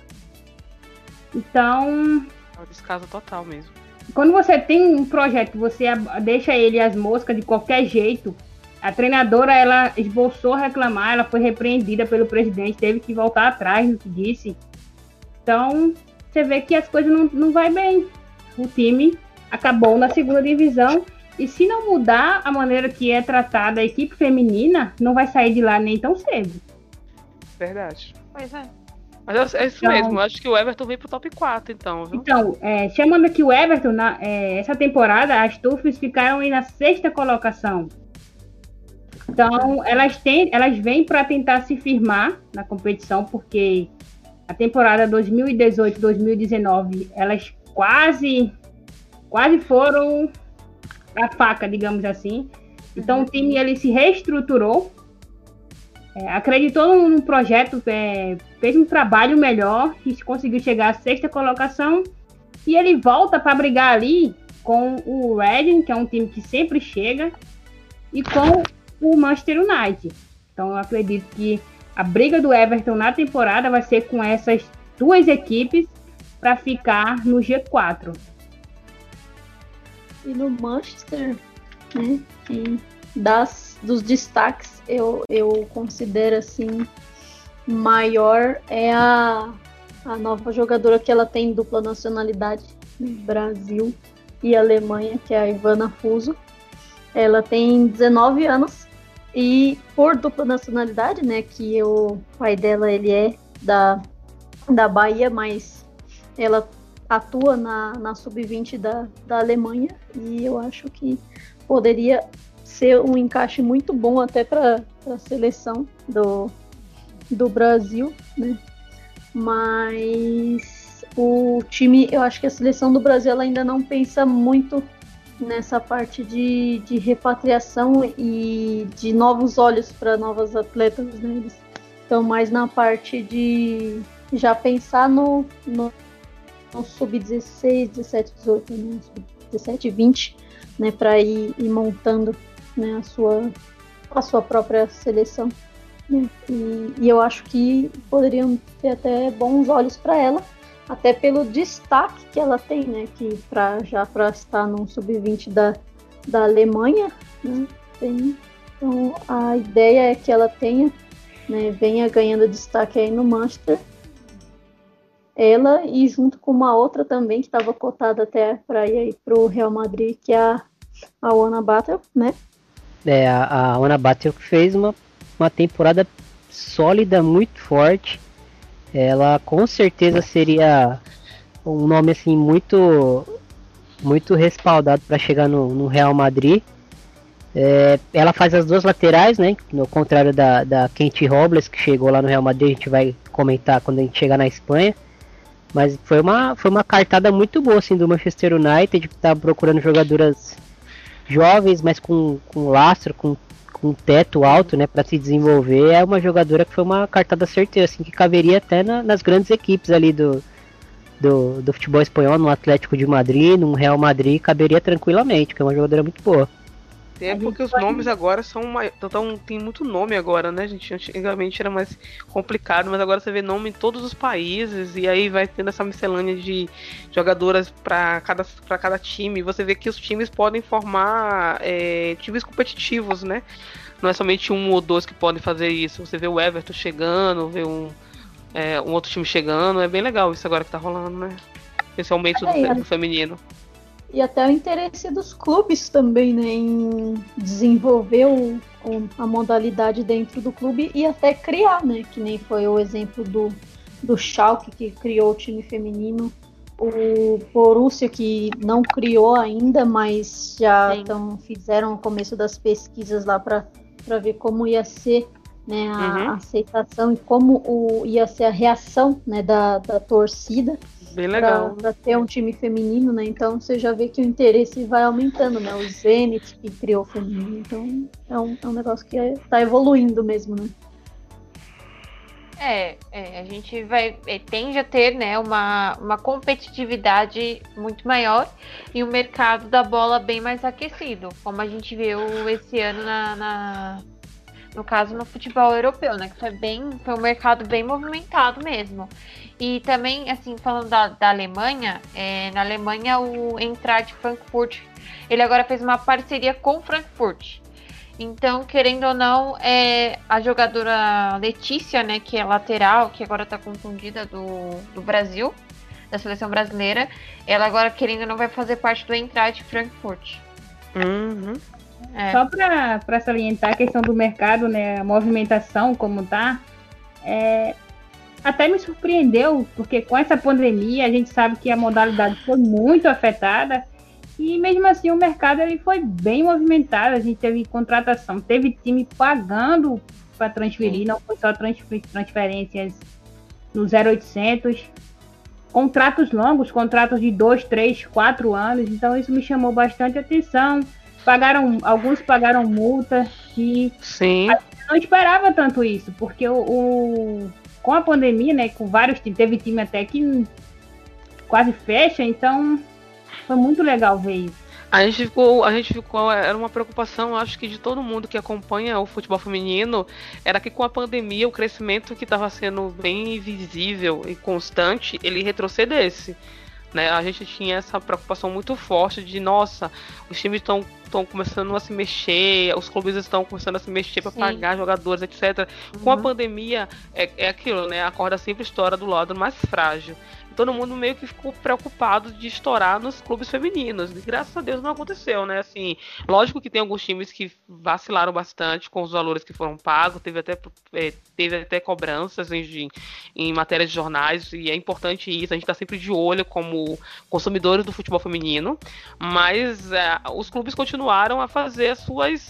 Então, É um descaso total mesmo. quando você tem um projeto, você ab- deixa ele às moscas de qualquer jeito, a treinadora, ela esboçou reclamar, ela foi repreendida pelo presidente, teve que voltar atrás no que disse. Então, você vê que as coisas não, não vai bem. O time acabou na segunda divisão e se não mudar a maneira que é tratada a equipe feminina, não vai sair de lá nem tão cedo. Verdade. Pois é. Mas é isso Então- mesmo, eu acho que o Everton vem pro top quatro, então, viu? Então, é, chamando aqui o Everton, na, é, essa temporada as Turfs ficaram aí na sexta colocação. Então, elas, têm, elas vêm para tentar se firmar na competição, porque a temporada dois mil e dezoito, dois mil e dezenove, elas quase, quase foram a faca, digamos assim. Então, o time ele se reestruturou, é, acreditou num, num projeto, é, fez um trabalho melhor e conseguiu chegar à sexta colocação. E ele volta para brigar ali com o Reading, que é um time que sempre chega, e com o Manchester United. Então, eu acredito que a briga do Everton na temporada vai ser com essas duas equipes para ficar no G quatro. E no Manchester, né, que das, dos destaques, eu, eu considero assim, maior é a, a nova jogadora que ela tem dupla nacionalidade, né, Brasil e Alemanha, que é a Ivana Fuso. Ela tem dezenove anos e por dupla nacionalidade, né, que o pai dela ele é da, da Bahia, mas ela atua na, na sub vinte da, da Alemanha e eu acho que poderia ser um encaixe muito bom até para a seleção do, do Brasil, né? Mas o time, eu acho que a seleção do Brasil ela ainda não pensa muito nessa parte de, de repatriação e de novos olhos para novas atletas, né? Eles estão mais na parte de já pensar no, no, no sub dezesseis, dezessete, dezoito, né? sub dezessete, vinte, né? Para ir, ir montando, né? a, sua, a sua própria seleção. Né? E, e eu acho que poderiam ter até bons olhos para ela, até pelo destaque que ela tem, né? Que pra, já para estar no sub vinte da, da Alemanha, né? Tem, então a ideia é que ela tenha, né? Venha ganhando destaque aí no Manchester. Ela e junto com uma outra também que estava cotada até para ir aí pro Real Madrid, que é a, a Ona Battle, né? É, a, a Ona Battle fez uma, uma temporada sólida, muito forte. Ela com certeza seria um nome assim muito muito respaldado para chegar no, no Real Madrid. É, ela faz as duas laterais, né? No contrário da, da Kate Robles, que chegou lá no Real Madrid, a gente vai comentar quando a gente chegar na Espanha. Mas foi uma, foi uma cartada muito boa assim, do Manchester United, que está procurando jogadoras jovens, mas com, com lastro, com com teto alto, né, para se desenvolver. É uma jogadora que foi uma cartada certeira, assim, que caberia até na, nas grandes equipes ali do, do, do futebol espanhol, no Atlético de Madrid, no Real Madrid, caberia tranquilamente, porque é uma jogadora muito boa. É porque os nomes agora são uma, então, tem muito nome agora, né, gente? Antigamente era mais complicado, mas agora você vê nome em todos os países e aí vai tendo essa miscelânea de jogadoras para cada, para cada time. Você vê que os times podem formar é, times competitivos, né? Não é somente um ou dois que podem fazer isso. Você vê o Everton chegando, vê um, é, um outro time chegando. É bem legal isso agora que tá rolando, né? Esse aumento É, do, do feminino. E até o interesse dos clubes também, né, em desenvolver o, o, a modalidade dentro do clube e até criar, né, que nem foi o exemplo do, do Schalke, que criou o time feminino, o Borussia, que não criou ainda, mas já tão, fizeram o começo das pesquisas lá para ver como ia ser, né, a Uhum. aceitação e como o, ia ser a reação, né, da, da torcida. Bem legal. Para ter um time feminino, né? Então você já vê que o interesse vai aumentando, né? O Zenit que criou o feminino, então é um, é um negócio que está evoluindo mesmo, né? É, é, a gente vai é, tende a ter, né, uma, uma competitividade muito maior e um mercado da bola bem mais aquecido, como a gente viu esse ano na, na no caso no futebol europeu, né, que foi bem, foi um mercado bem movimentado mesmo. E também, assim, falando da, da Alemanha, é, na Alemanha o Eintracht Frankfurt, ele agora fez uma parceria com o Frankfurt. Então, querendo ou não, é a jogadora Letícia, né, que é lateral, que agora tá confundida do, do Brasil, da seleção brasileira, ela agora, querendo ou não, vai fazer parte do Eintracht Frankfurt. Uhum. É. Só para salientar a questão do mercado, né, a movimentação como tá, é, até me surpreendeu, porque com essa pandemia a gente sabe que a modalidade foi muito afetada e mesmo assim o mercado ele foi bem movimentado, a gente teve contratação, teve time pagando para transferir, Sim. não foi só transfer, transferências no zero oitocentos, contratos longos, contratos de dois, três, quatro anos, então isso me chamou bastante atenção. Pagaram, alguns pagaram multa que Sim. a gente não esperava tanto isso, porque o, o com a pandemia, né, com vários times, teve time até que quase fecha, então foi muito legal ver isso. A gente ficou, a gente ficou, era uma preocupação, acho que de todo mundo que acompanha o futebol feminino, era que com a pandemia o crescimento que estava sendo bem visível e constante, ele retrocedesse. Né? A gente tinha essa preocupação muito forte de, nossa, os times estão estão começando a se mexer, os clubes estão começando a se mexer para pagar jogadores, etcétera. Uhum. Com a pandemia, é, é aquilo, né? A corda sempre estoura do lado mais frágil. Todo mundo meio que ficou preocupado de estourar nos clubes femininos. E graças a Deus não aconteceu, né? Assim, lógico que tem alguns times que vacilaram bastante com os valores que foram pagos, teve até, é, teve até cobranças em, em matérias de jornais, e é importante isso, a gente está sempre de olho como consumidores do futebol feminino, mas é, os clubes continuaram a fazer as suas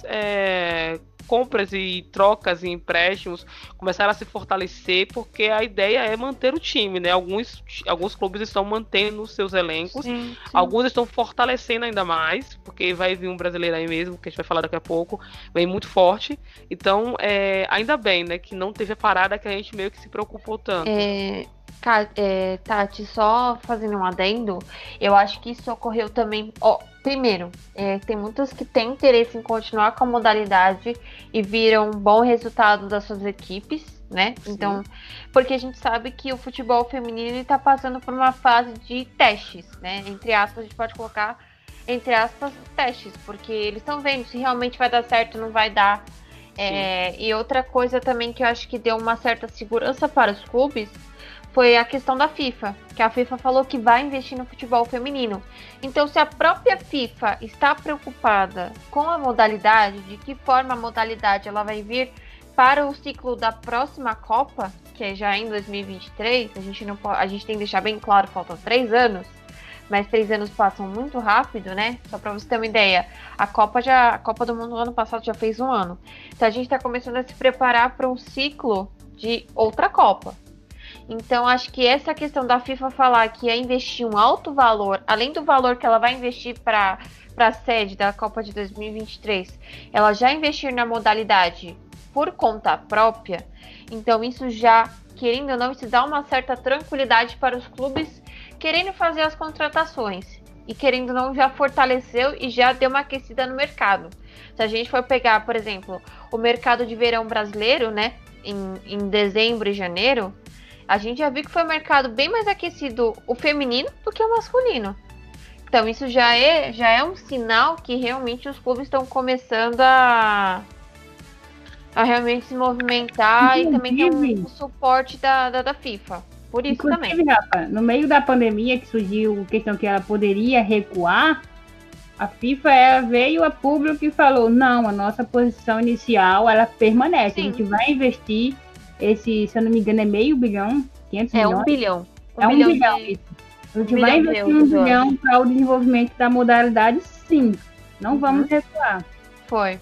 é, compras e trocas e empréstimos, começaram a se fortalecer, porque a ideia é manter o time, né? Alguns, alguns clubes estão mantendo os seus elencos, sim, sim. Alguns estão fortalecendo ainda mais, porque vai vir um brasileiro aí mesmo, que a gente vai falar daqui a pouco, vem muito forte. Então, é, ainda bem, né, que não teve a parada que a gente meio que se preocupou tanto. É... É, Tati, só fazendo um adendo, eu acho que isso ocorreu também. Ó, primeiro, é, tem muitos que têm interesse em continuar com a modalidade e viram um bom resultado das suas equipes, né? Sim. Então, porque a gente sabe que o futebol feminino está passando por uma fase de testes, né? Entre aspas, a gente pode colocar entre aspas testes, porque eles estão vendo se realmente vai dar certo ou não vai dar. É, e outra coisa também que eu acho que deu uma certa segurança para os clubes foi a questão da FIFA, que a FIFA falou que vai investir no futebol feminino. Então, se a própria FIFA está preocupada com a modalidade, de que forma a modalidade ela vai vir para o ciclo da próxima Copa, que é já em dois mil e vinte e três, a gente, não pode, a gente tem que deixar bem claro, faltam três anos, mas três anos passam muito rápido, né? Só para você ter uma ideia, a Copa, já, a Copa do Mundo ano passado já fez um ano. Então, a gente está começando a se preparar para um ciclo de outra Copa. Então, acho que essa questão da FIFA falar que ia investir um alto valor, além do valor que ela vai investir para a sede da Copa de dois mil e vinte e três, ela já investir na modalidade por conta própria, então isso já, querendo ou não, isso dá uma certa tranquilidade para os clubes querendo fazer as contratações. E querendo ou não, já fortaleceu e já deu uma aquecida no mercado. Se a gente for pegar, por exemplo, o mercado de verão brasileiro, né, em, em dezembro e janeiro, a gente já viu que foi um mercado bem mais aquecido o feminino do que o masculino. Então isso já é, já é um sinal que realmente os clubes estão começando a, a realmente se movimentar. Inclusive, e também tem um, um suporte da, da, da FIFA. Por isso também. Rafa, no meio da pandemia que surgiu a questão que ela poderia recuar, a FIFA ela veio a público e falou, não, a nossa posição inicial ela permanece. Sim. A gente vai investir esse, se eu não me engano, é meio bilhão, quinhentos é milhões. Um bilhão. Um é um bilhão. bilhão De... isso. A gente um vai investir um bilhão para o desenvolvimento da modalidade, sim. Não uhum. vamos recuar. Foi.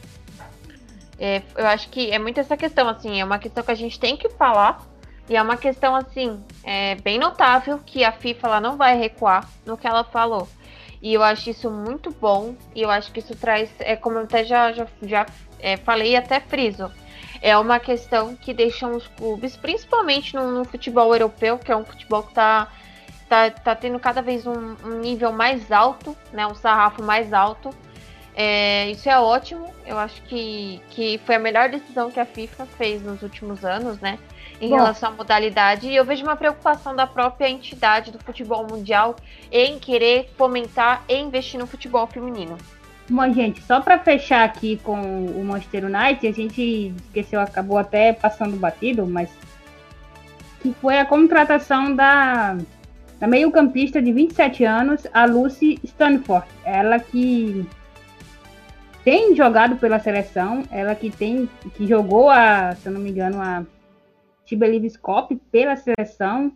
É, eu acho que é muito essa questão, assim, é uma questão que a gente tem que falar, e é uma questão, assim, é bem notável que a FIFA ela não vai recuar no que ela falou. E eu acho isso muito bom, e eu acho que isso traz, é como eu até já, já, já é, falei e até friso, é uma questão que deixa os clubes, principalmente no, no futebol europeu, que é um futebol que está tá, tá tendo cada vez um, um nível mais alto, né, um sarrafo mais alto. É, isso é ótimo, eu acho que, que foi a melhor decisão que a FIFA fez nos últimos anos, né, em Bom. relação à modalidade, e eu vejo uma preocupação da própria entidade do futebol mundial em querer fomentar e investir no futebol feminino. Bom, gente, só para fechar aqui com o Manchester United, a gente esqueceu, acabou até passando batido, mas que foi a contratação da, da meio-campista de vinte e sete anos, a Lucy Stanford. Ela que tem jogado pela seleção, ela que tem que jogou a, se eu não me engano, a She Believes Cup pela seleção.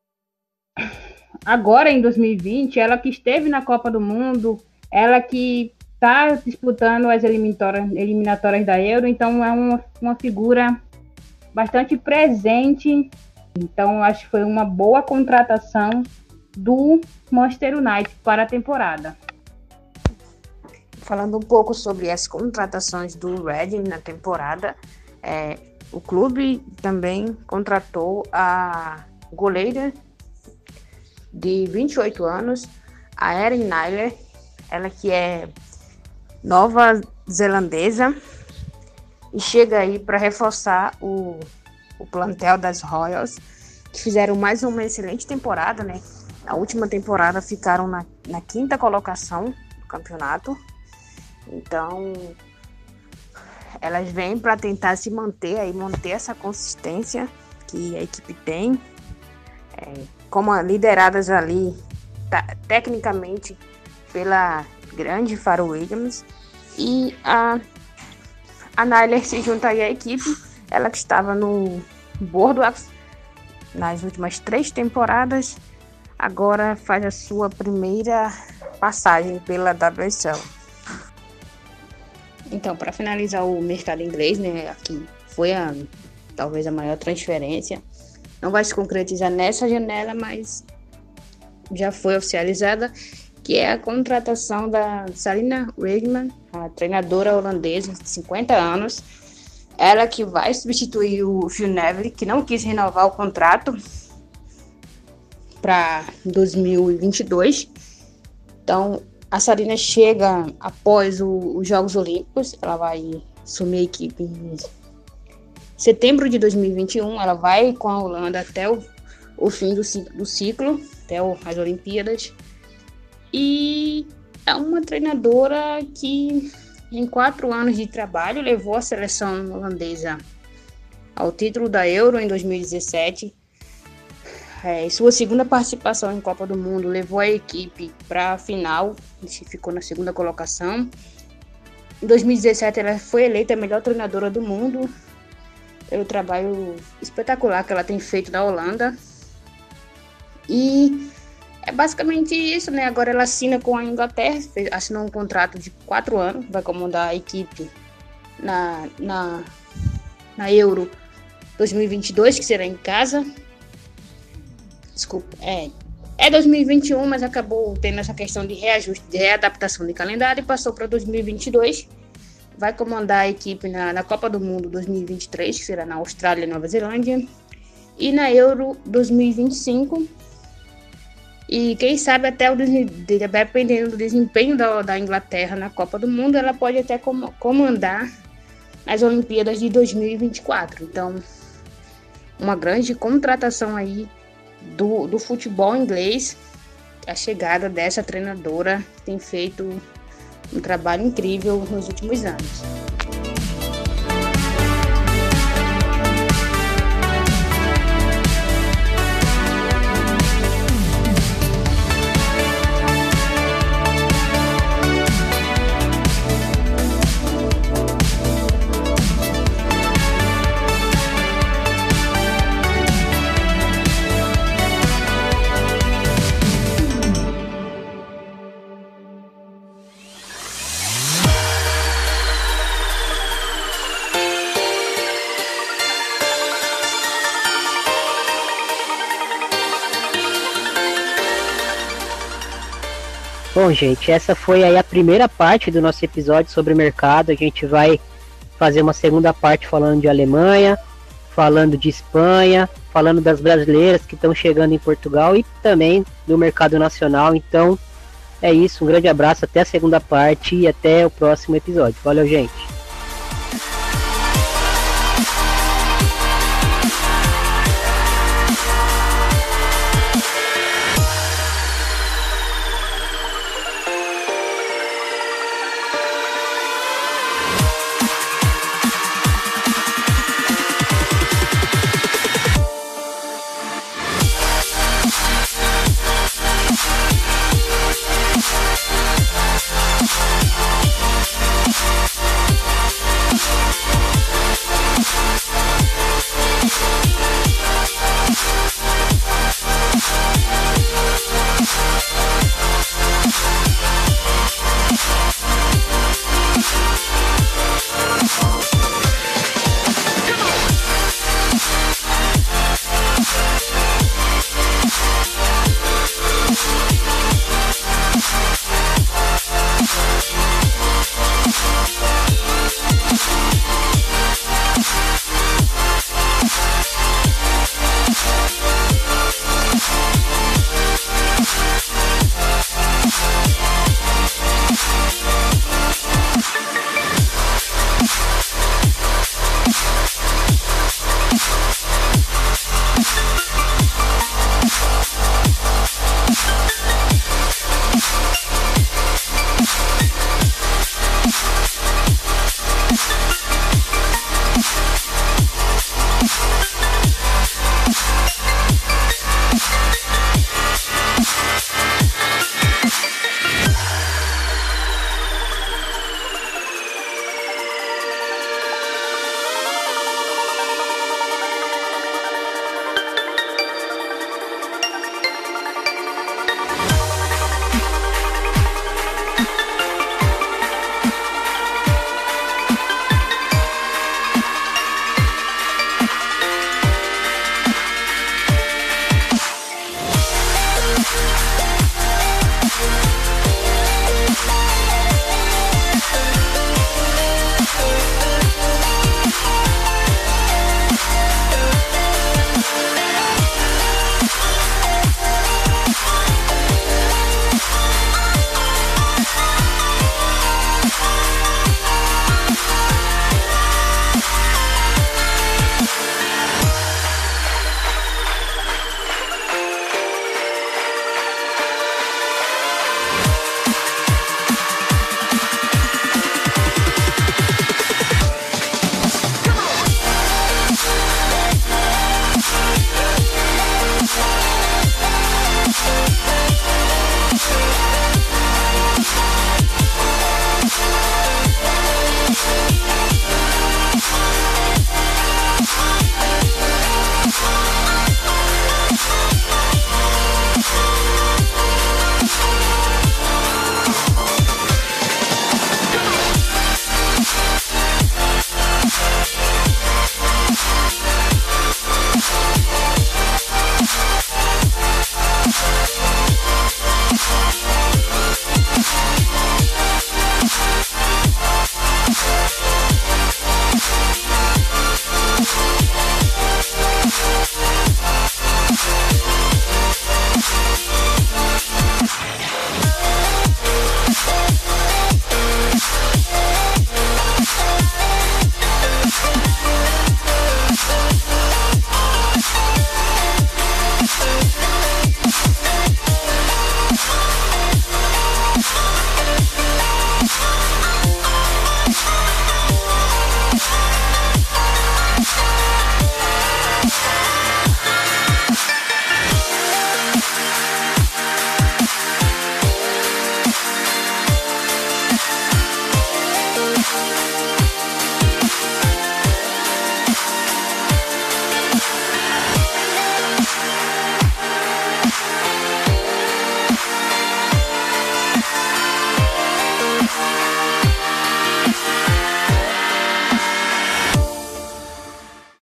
Agora em dois mil e vinte, ela que esteve na Copa do Mundo, ela que está disputando as eliminatórias, eliminatórias da Euro, então é uma, uma figura bastante presente. Então acho que foi uma boa contratação do Manchester United para a temporada. Falando um pouco sobre as contratações do Reading na temporada, é, o clube também contratou a goleira de vinte e oito anos, a Erin Naylor, ela que é nova zelandesa e chega aí para reforçar o, o plantel das Royals, que fizeram mais uma excelente temporada, né? Na última temporada ficaram na, na quinta colocação do campeonato. Então, elas vêm para tentar se manter aí, manter essa consistência que a equipe tem, é, como lideradas ali tá, tecnicamente pela grande Pharrell Williams, e a, a Naylor se junta aí à equipe, ela que estava no Boardwalks nas últimas três temporadas, agora faz a sua primeira passagem pela W S L. Então, para finalizar o mercado inglês, né, aqui foi a, talvez a maior transferência. Não vai se concretizar nessa janela, mas já foi oficializada, que é a contratação da Sarina Wiegman, a treinadora holandesa de cinquenta anos. Ela que vai substituir o Phil Neville, que não quis renovar o contrato para dois mil e vinte e dois. Então, a Sarina chega após o, os Jogos Olímpicos, ela vai assumir a equipe em setembro de dois mil e vinte e um, ela vai com a Holanda até o, o fim do ciclo, do ciclo, até o, as Olimpíadas. E é uma treinadora que, em quatro anos de trabalho, levou a seleção holandesa ao título da Euro em dois mil e dezessete. É, sua segunda participação em Copa do Mundo levou a equipe para a final, ficou na segunda colocação. Em dois mil e dezessete ela foi eleita a melhor treinadora do mundo pelo trabalho espetacular que ela tem feito na Holanda. E é basicamente isso, né? Agora ela assina com a Inglaterra, assinou um contrato de quatro anos, vai comandar a equipe na, na, na Euro dois mil e vinte e dois, que será em casa. Desculpa, é, é dois mil e vinte e um, mas acabou tendo essa questão de reajuste, de readaptação de calendário e passou para dois mil e vinte e dois. Vai comandar a equipe na, na Copa do Mundo dois mil e vinte e três, que será na Austrália e Nova Zelândia, e na Euro dois mil e vinte e cinco. E quem sabe até, o, dependendo do desempenho da, da Inglaterra na Copa do Mundo, ela pode até com, comandar as Olimpíadas de dois mil e vinte e quatro. Então, uma grande contratação aí do, do futebol inglês, a chegada dessa treinadora tem feito um trabalho incrível nos últimos anos. Bom, gente, essa foi aí a primeira parte do nosso episódio sobre mercado. A gente vai fazer uma segunda parte falando de Alemanha, falando de Espanha, falando das brasileiras que estão chegando em Portugal e também do mercado nacional. Então, é isso. Um grande abraço, até a segunda parte e até o próximo episódio. Valeu, gente.